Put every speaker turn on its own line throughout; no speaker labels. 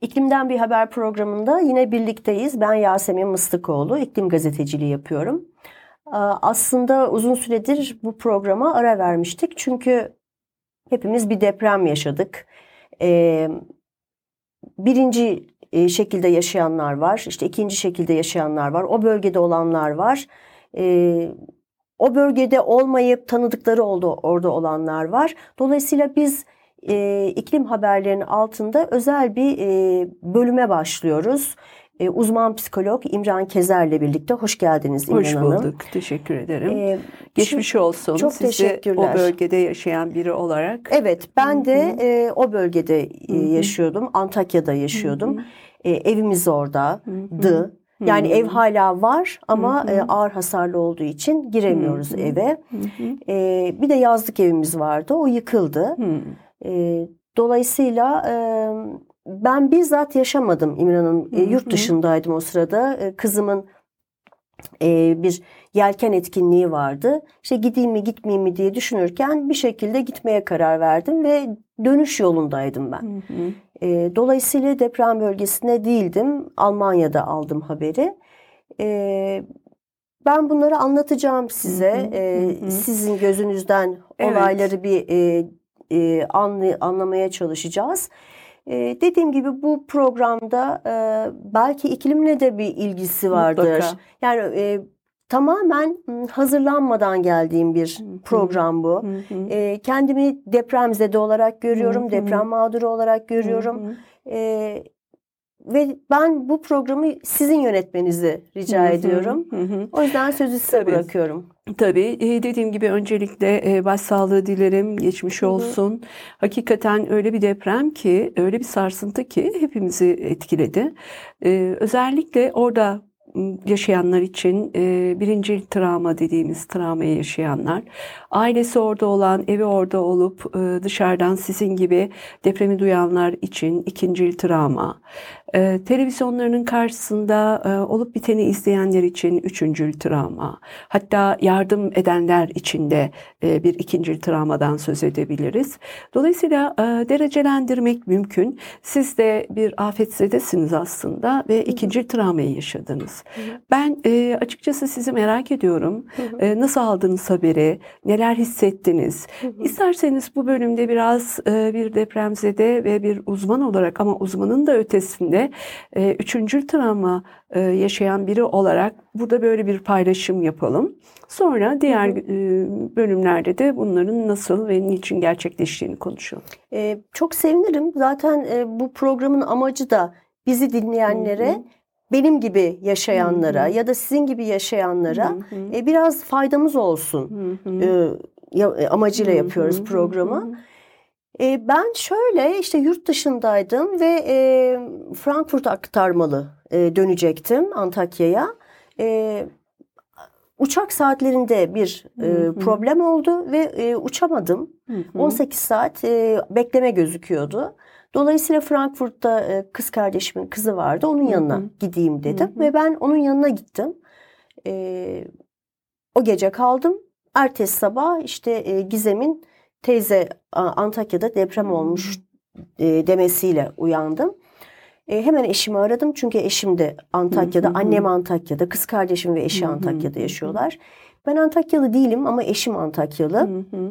İklimden Bir Haber programında yine birlikteyiz. Ben Yasemin Mıstıkoğlu, iklim gazeteciliği yapıyorum. Aslında uzun süredir bu programa ara vermiştik. Çünkü hepimiz bir deprem yaşadık. Birinci şekilde yaşayanlar var, işte ikinci şekilde yaşayanlar var, o bölgede olanlar var. O bölgede olmayıp tanıdıkları orada olanlar var. Dolayısıyla biz iklim haberlerinin altında özel bir bölüme başlıyoruz. Uzman psikolog İmran Kezer'le birlikte. Hoş geldiniz İmran Hanım.
Hoş bulduk. Teşekkür ederim. Geçmiş olsun.
Çok teşekkürler.
O bölgede yaşayan biri olarak.
Evet, ben de o bölgede yaşıyordum. Antakya'da yaşıyordum. Evimiz oradaydı. Yani ev hala var ama ağır hasarlı olduğu için giremiyoruz eve. Bir de yazlık evimiz vardı. O yıkıldı. Dolayısıyla ben bizzat yaşamadım İmran'ın. Yurt dışındaydım o sırada. Kızımın bir yelken etkinliği vardı. İşte gideyim mi gitmeyeyim mi diye düşünürken bir şekilde gitmeye karar verdim ve dönüş yolundaydım ben. Dolayısıyla deprem bölgesinde değildim. Almanya'da aldım haberi. Ben bunları anlatacağım size. Sizin gözünüzden olayları bir anlamaya çalışacağız. Dediğim gibi bu programda belki iklimle de bir ilgisi vardır.
Mutlaka.
Yani tamamen hazırlanmadan geldiğim bir program bu. Kendimi depremzede olarak görüyorum, deprem mağduru olarak görüyorum. Ve ben bu programı sizin yönetmenizi rica ediyorum. O yüzden sözü size bırakıyorum.
Tabii. Dediğim gibi öncelikle başsağlığı dilerim. Geçmiş olsun. Hakikaten öyle bir deprem ki, öyle bir sarsıntı ki hepimizi etkiledi. Özellikle orada yaşayanlar için birinci travma dediğimiz travmayı yaşayanlar, ailesi orada olan, evi orada olup dışarıdan sizin gibi depremi duyanlar için ikincil travma, televizyonlarının karşısında olup biteni izleyenler için üçüncül travma, hatta yardım edenler için de bir ikincil travmadan söz edebiliriz. Dolayısıyla derecelendirmek mümkün. Siz de bir afetzedesiniz aslında ve ikincil travmayı yaşadınız. Ben açıkçası sizi merak ediyorum. Nasıl aldınız haberi? Neler hissettiniz? İsterseniz bu bölümde biraz bir depremzede ve bir uzman olarak, ama uzmanın da ötesinde üçüncül travma yaşayan biri olarak burada böyle bir paylaşım yapalım. Sonra diğer bölümlerde de bunların nasıl ve niçin gerçekleştiğini konuşalım.
Çok sevinirim. Zaten bu programın amacı da bizi dinleyenlere, benim gibi yaşayanlara ya da sizin gibi yaşayanlara biraz faydamız olsun amacıyla yapıyoruz programı. Ben şöyle işte yurt dışındaydım ve Frankfurt aktarmalı dönecektim Antakya'ya. Uçak saatlerinde bir problem oldu ve uçamadım. 18 saat bekleme gözüküyordu. Dolayısıyla Frankfurt'ta kız kardeşimin kızı vardı. Onun yanına gideyim dedim ve ben onun yanına gittim. O gece kaldım. Ertesi sabah işte Gizem'in teyze Antakya'da deprem olmuş demesiyle uyandım. Hemen eşimi aradım çünkü eşim de Antakya'da, annem Antakya'da, kız kardeşim ve eşi Antakya'da yaşıyorlar. Ben Antakyalı değilim ama eşim Antakyalı.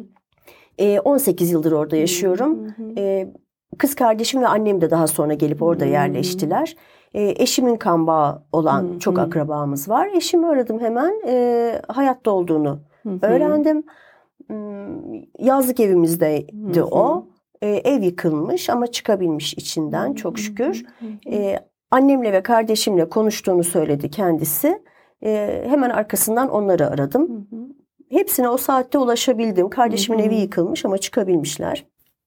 18 yıldır orada yaşıyorum. Kız kardeşim ve annem de daha sonra gelip orada yerleştiler. Eşimin kan bağı olan çok akrabamız var. Eşimi aradım hemen, hayatta olduğunu öğrendim. Yazlık evimizdeydi o. Ev yıkılmış ama çıkabilmiş içinden çok şükür. Annemle ve kardeşimle konuştuğunu söyledi kendisi. Hemen arkasından onları aradım. Hepsine o saatte ulaşabildim. Kardeşimin evi yıkılmış ama çıkabilmişler.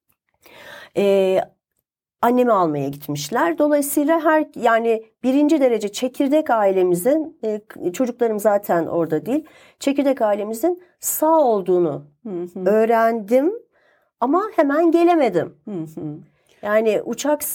Annemi almaya gitmişler. Dolayısıyla yani birinci derece çekirdek ailemizin, çocuklarım zaten orada değil, çekirdek ailemizin sağ olduğunu öğrendim ama hemen gelemedim. Yani uçak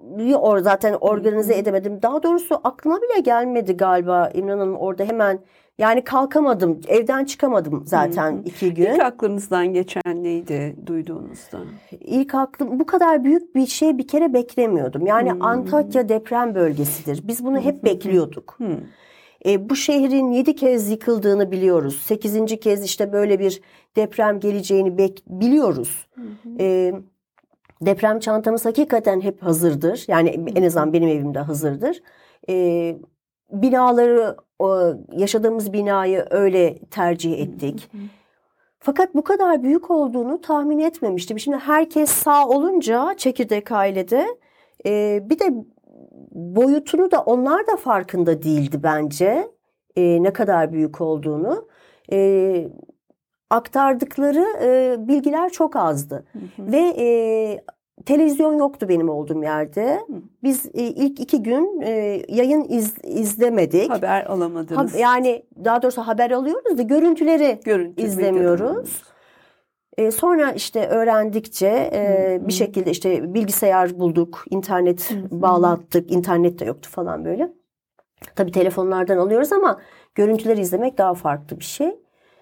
zaten organize edemedim. Daha doğrusu aklıma bile gelmedi galiba İmran Hanım orada hemen Yani kalkamadım, evden çıkamadım zaten 2 gün.
İlk aklınızdan geçen neydi duyduğunuzda?
İlk aklım, bu kadar büyük bir şey bir kere beklemiyordum. Yani Antakya deprem bölgesidir. Biz bunu hep bekliyorduk. Bu şehrin 7 kez yıkıldığını biliyoruz. 8. kez işte böyle bir deprem geleceğini biliyoruz. Deprem çantamız hakikaten hep hazırdır. Yani en azından benim evimde hazırdır. Binaları, yaşadığımız binayı öyle tercih ettik. Fakat bu kadar büyük olduğunu tahmin etmemiştim. Şimdi herkes sağ olunca çekirdek ailede bir de boyutunu da onlar da farkında değildi bence. Ne kadar büyük olduğunu. Aktardıkları bilgiler çok azdı. Ve televizyon yoktu benim olduğum yerde. Biz ilk 2 gün yayın izlemedik.
Haber alamadınız.
Yani daha doğrusu haber alıyoruz da görüntüleri izlemiyoruz. Sonra işte öğrendikçe bir şekilde işte bilgisayar bulduk, internet bağlattık, internet de yoktu falan böyle. Tabii telefonlardan alıyoruz ama görüntüleri izlemek daha farklı bir şey.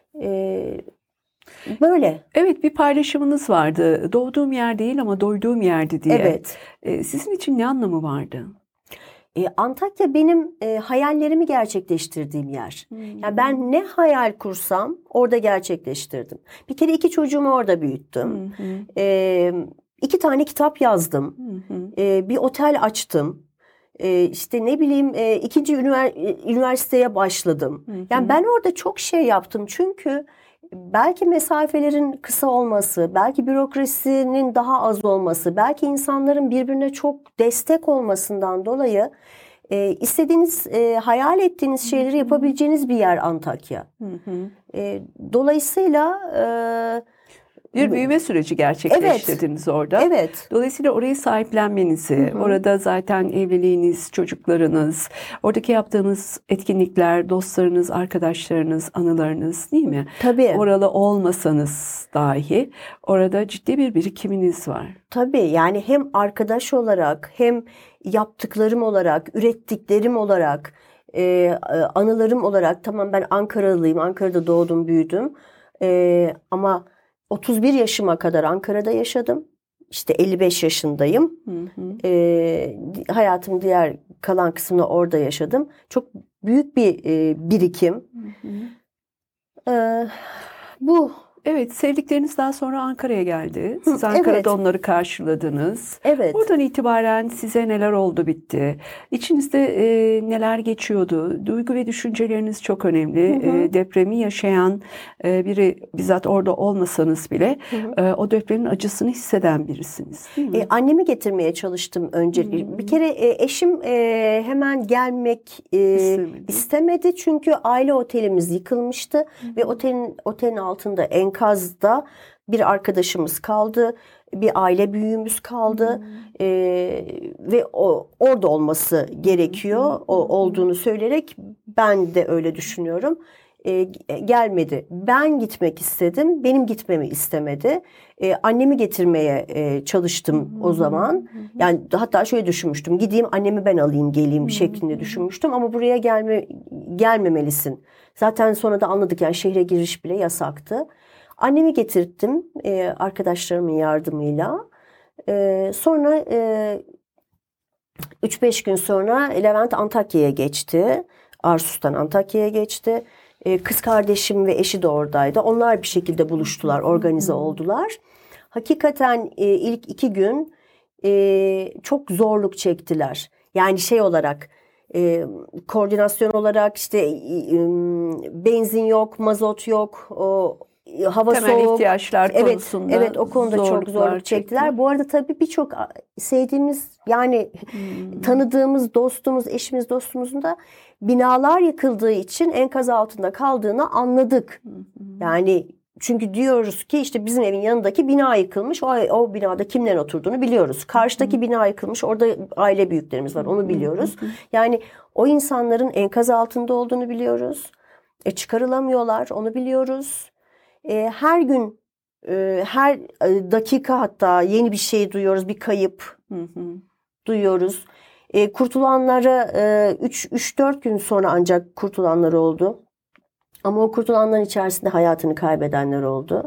Böyle.
Evet, bir paylaşımınız vardı. Doğduğum yer değil ama doyduğum yerdi diye.
Evet.
Sizin için ne anlamı vardı?
Antakya benim hayallerimi gerçekleştirdiğim yer. Yani ben ne hayal kursam orada gerçekleştirdim. Bir kere 2 çocuğumu orada büyüttüm. 2 tane kitap yazdım. Bir otel açtım. İşte ne bileyim 2. üniversiteye başladım. Yani ben orada çok şey yaptım çünkü belki mesafelerin kısa olması, belki bürokrasinin daha az olması, belki insanların birbirine çok destek olmasından dolayı istediğiniz, hayal ettiğiniz şeyleri yapabileceğiniz bir yer Antakya. Dolayısıyla
bir büyüme süreci gerçekleştirdiniz orada.
Evet.
Dolayısıyla orayı sahiplenmenizi, orada zaten evliliğiniz, çocuklarınız, oradaki yaptığınız etkinlikler, dostlarınız, arkadaşlarınız, anılarınız değil mi?
Tabii.
Oralı olmasanız dahi orada ciddi bir birikiminiz var.
Tabii, yani hem arkadaş olarak hem yaptıklarım olarak, ürettiklerim olarak, anılarım olarak. Tamam, ben Ankaralıyım, Ankara'da doğdum, büyüdüm. Ama 31 yaşıma kadar Ankara'da yaşadım. İşte 55 yaşındayım. Hayatımın diğer kalan kısmını orada yaşadım. Çok büyük bir birikim. Bu.
Evet, sevdikleriniz daha sonra Ankara'ya geldi. Siz Ankara'da onları karşıladınız.
Evet.
Oradan itibaren size neler oldu bitti? İçinizde neler geçiyordu? Duygu ve düşünceleriniz çok önemli. Depremi yaşayan biri, bizzat orada olmasanız bile o depremin acısını hisseden birisiniz.
Annemi getirmeye çalıştım önce. Bir kere eşim hemen gelmek istemedi. Çünkü aile otelimiz yıkılmıştı ve otelin altında enkazda bir arkadaşımız kaldı, bir aile büyüğümüz kaldı ve orada olması gerekiyor. O olduğunu söyleyerek ben de öyle düşünüyorum. Gelmedi. Ben gitmek istedim. Benim gitmemi istemedi. Annemi getirmeye çalıştım o zaman. Yani hatta şöyle düşünmüştüm. Gideyim annemi ben alayım geleyim şeklinde düşünmüştüm. Ama buraya gelmemelisin. Zaten sonra da anladık, yani şehre giriş bile yasaktı. Annemi getirttim arkadaşlarımın yardımıyla. Sonra 3-5 gün sonra Levent Antakya'ya geçti. Arsus'tan Antakya'ya geçti. Kız kardeşim ve eşi de oradaydı. Onlar bir şekilde buluştular, organize oldular. Hakikaten ilk 2 gün çok zorluk çektiler. Yani şey olarak, koordinasyon olarak işte benzin yok, mazot yok, hava
temel
soğuk.
ihtiyaçlar konusunda
Evet, o konuda çok zorluk çektiler. Bu arada tabii birçok sevdiğimiz, yani tanıdığımız dostumuz, eşimiz, dostumuzun da binalar yıkıldığı için enkaz altında kaldığını anladık. Yani çünkü diyoruz ki işte bizim evin yanındaki bina yıkılmış. O binada kimlerin oturduğunu biliyoruz. Karşıdaki bina yıkılmış. Orada aile büyüklerimiz var. Onu biliyoruz. Yani o insanların enkaz altında olduğunu biliyoruz. Çıkarılamıyorlar. Onu biliyoruz. Her gün, her dakika hatta yeni bir şey duyuyoruz. Bir kayıp duyuyoruz. Kurtulanlara 3-4 gün sonra ancak kurtulanlar oldu. Ama o kurtulanların içerisinde hayatını kaybedenler oldu.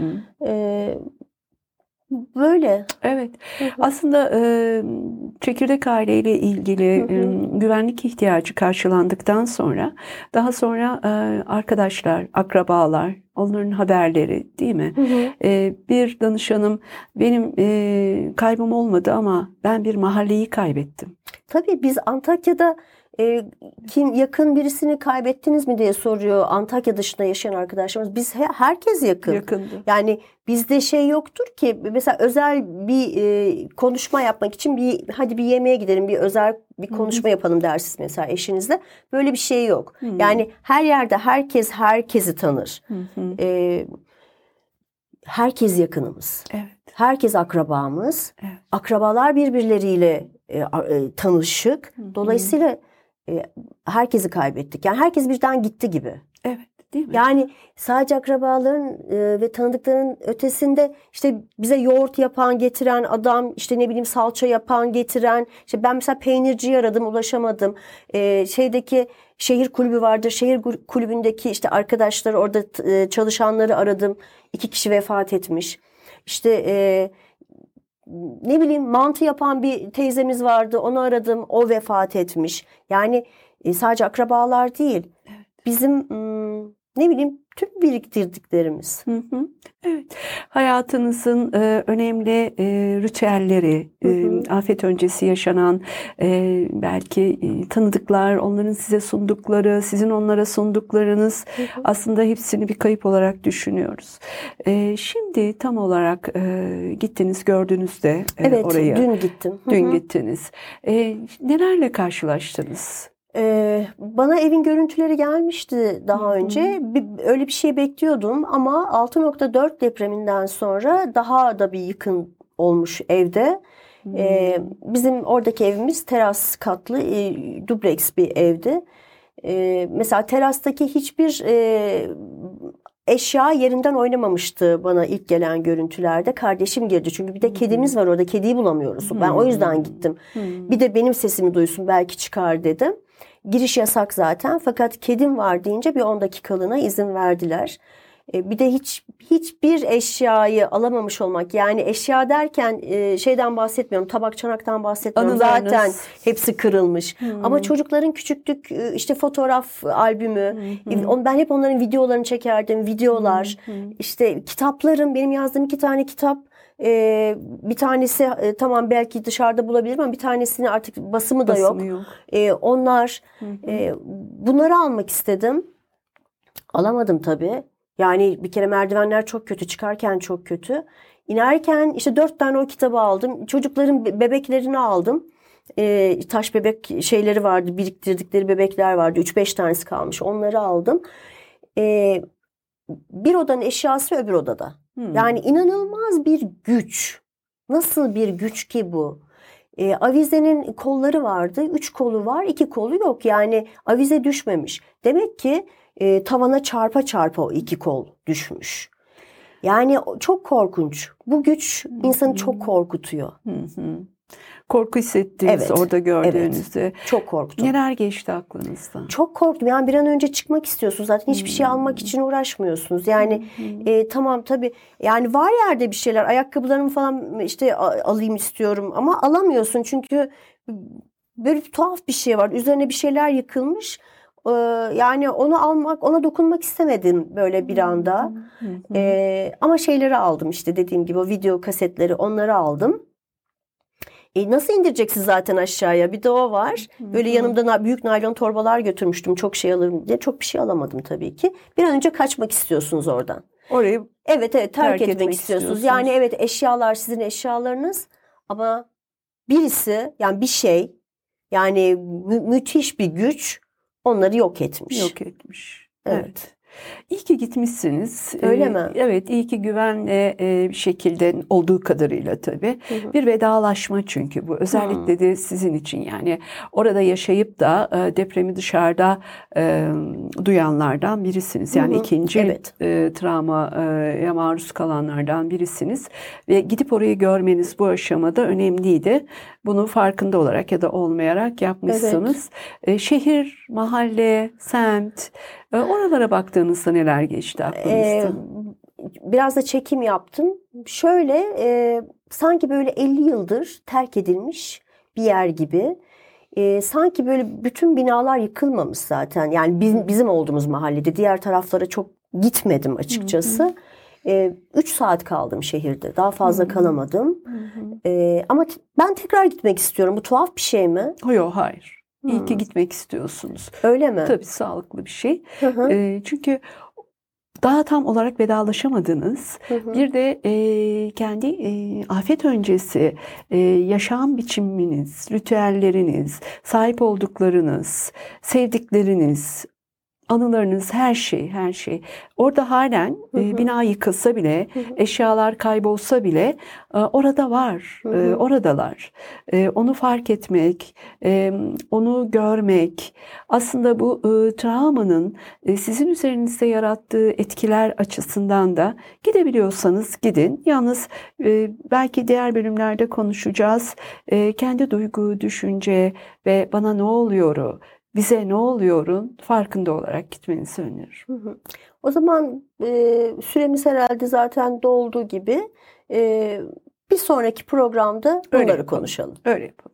Böyle.
Evet. Aslında çekirdek aileyle ilgili güvenlik ihtiyacı karşılandıktan sonra daha sonra arkadaşlar, akrabalar, onların haberleri, değil mi? Bir danışanım, benim kaybım olmadı ama ben bir mahalleyi kaybettim.
Tabii biz Antakya'da kim yakın birisini kaybettiniz mi diye soruyor Antakya dışında yaşayan arkadaşlarımız. Biz herkes yakın.
Yakındı.
Yani bizde şey yoktur ki mesela özel bir konuşma yapmak için hadi bir yemeğe gidelim, bir özel bir konuşma yapalım dersiniz mesela eşinizle. Böyle bir şey yok. Yani her yerde herkes herkesi tanır. Herkes yakınımız.
Evet.
Herkes akrabamız.
Evet.
Akrabalar birbirleriyle tanışık. Dolayısıyla herkesi kaybettik. Yani herkes birden gitti gibi.
Evet, değil mi?
Yani sadece akrabaların ve tanıdıkların ötesinde işte bize yoğurt yapan, getiren adam, işte ne bileyim salça yapan, getiren. İşte ben mesela peynirciyi aradım, ulaşamadım. Şeydeki şehir kulübü vardır. Şehir kulübündeki işte arkadaşları, orada çalışanları aradım. 2 kişi vefat etmiş. İşte ne bileyim mantı yapan bir teyzemiz vardı. Onu aradım. O vefat etmiş. Yani sadece akrabalar değil.
Evet.
Bizim ne bileyim tüm biriktirdiklerimiz.
Evet. Hayatınızın önemli ritüelleri, afet öncesi yaşanan belki tanıdıklar, onların size sundukları, sizin onlara sunduklarınız, aslında hepsini bir kayıp olarak düşünüyoruz. Şimdi tam olarak gittiniz, gördüğünüzde
Evet,
oraya.
dün gittim.
Dün gittiniz. Nelerle karşılaştınız?
Bana evin görüntüleri gelmişti daha önce. Öyle bir şey bekliyordum ama 6.4 depreminden sonra daha da bir yıkım olmuş evde. Bizim oradaki evimiz teras katlı, dubleks bir evdi. Mesela terastaki hiçbir eşya yerinden oynamamıştı bana ilk gelen görüntülerde. Kardeşim girdi çünkü bir de kedimiz var orada, kediyi bulamıyoruz. Ben o yüzden gittim. Bir de benim sesimi duysun, belki çıkar dedim. Giriş yasak zaten, fakat kedim var deyince bir 10 dakikalığına izin verdiler. Bir de hiçbir eşyayı alamamış olmak, yani eşya derken şeyden bahsetmiyorum, tabak çanaktan bahsetmiyorum.
Anılarınız.
Zaten hepsi kırılmış. Ama çocukların küçüklük işte fotoğraf albümü, ben hep onların videolarını çekerdim, videolar, işte kitaplarım, benim yazdığım 2 tane kitap. Bir tanesi tamam belki dışarıda bulabilirim ama bir tanesini artık basımı da yok. Onlar bunları almak istedim. Alamadım tabii. Yani bir kere merdivenler çok kötü, çıkarken çok kötü. İnerken işte 4 tane o kitabı aldım. Çocukların bebeklerini aldım. Taş bebek şeyleri vardı, biriktirdikleri bebekler vardı. 3-5 tanesi kalmış. Onları aldım. Bir odanın eşyası öbür odada. Yani inanılmaz bir güç. Nasıl bir güç ki bu? Avizenin kolları vardı. 3 kolu var, 2 kolu yok. Yani avize düşmemiş. Demek ki tavana çarpa çarpa o 2 kol düşmüş. Yani çok korkunç. Bu güç insanı çok korkutuyor.
Korku hissettiniz orada gördüğünüzde.
Evet, çok korktum.
Neler geçti aklınızdan?
Çok korktum. Yani bir an önce çıkmak istiyorsunuz. Zaten hiçbir şey almak için uğraşmıyorsunuz. Yani tamam tabii. Yani var yerde bir şeyler. Ayakkabılarımı falan işte alayım istiyorum. Ama alamıyorsun çünkü böyle tuhaf bir şey var. Üzerine bir şeyler yıkılmış. Yani onu almak, ona dokunmak istemedim böyle bir anda. Ama şeyleri aldım işte, dediğim gibi o video kasetleri, onları aldım. Nasıl indireceksin zaten aşağıya? Bir de o var. Böyle yanımda büyük naylon torbalar götürmüştüm. Çok şey alırım diye. Çok bir şey alamadım tabii ki. Bir an önce kaçmak istiyorsunuz oradan.
Orayı
evet terk etmek istiyorsunuz. Yani evet, eşyalar sizin eşyalarınız ama birisi, yani bir şey, yani müthiş bir güç onları yok etmiş.
Yok etmiş.
Evet.
İyi ki gitmişsiniz.
Öyle mi?
Evet, iyi ki güvenle bir şekilde olduğu kadarıyla tabii. Bir vedalaşma çünkü bu. Özellikle de sizin için, yani orada yaşayıp da depremi dışarıda duyanlardan birisiniz. Yani ikinci travmaya maruz kalanlardan birisiniz. Ve gidip orayı görmeniz bu aşamada önemliydi. Bunu farkında olarak ya da olmayarak yapmışsınız. Şehir, mahalle, semt, Oralara baktığınızda neler geçti aklınızdan?
Biraz da çekim yaptım. Şöyle sanki böyle 50 yıldır terk edilmiş bir yer gibi. Sanki böyle bütün binalar yıkılmamış zaten. Yani bizim olduğumuz mahallede. Diğer taraflara çok gitmedim açıkçası. 3 saat kaldım şehirde. Daha fazla kalamadım. Ama ben tekrar gitmek istiyorum. Bu tuhaf bir şey mi?
Yok, hayır. İyi ki gitmek istiyorsunuz.
Öyle mi?
Tabii sağlıklı bir şey. Çünkü daha tam olarak vedalaşamadınız. Bir de kendi afet öncesi yaşam biçiminiz, ritüelleriniz, sahip olduklarınız, sevdikleriniz, anılarınız, her şey. Orada halen bina yıkılsa bile, eşyalar kaybolsa bile orada var, oradalar. Onu fark etmek, onu görmek, aslında bu travmanın sizin üzerinizde yarattığı etkiler açısından da gidebiliyorsanız gidin. Yalnız belki diğer bölümlerde konuşacağız. Kendi duygu, düşünce ve bana ne oluyoru, bize ne oluyorun farkında olarak gitmenizi öneririm.
O zaman süremiz herhalde zaten dolduğu gibi bir sonraki programda bunları konuşalım.
Öyle yapalım.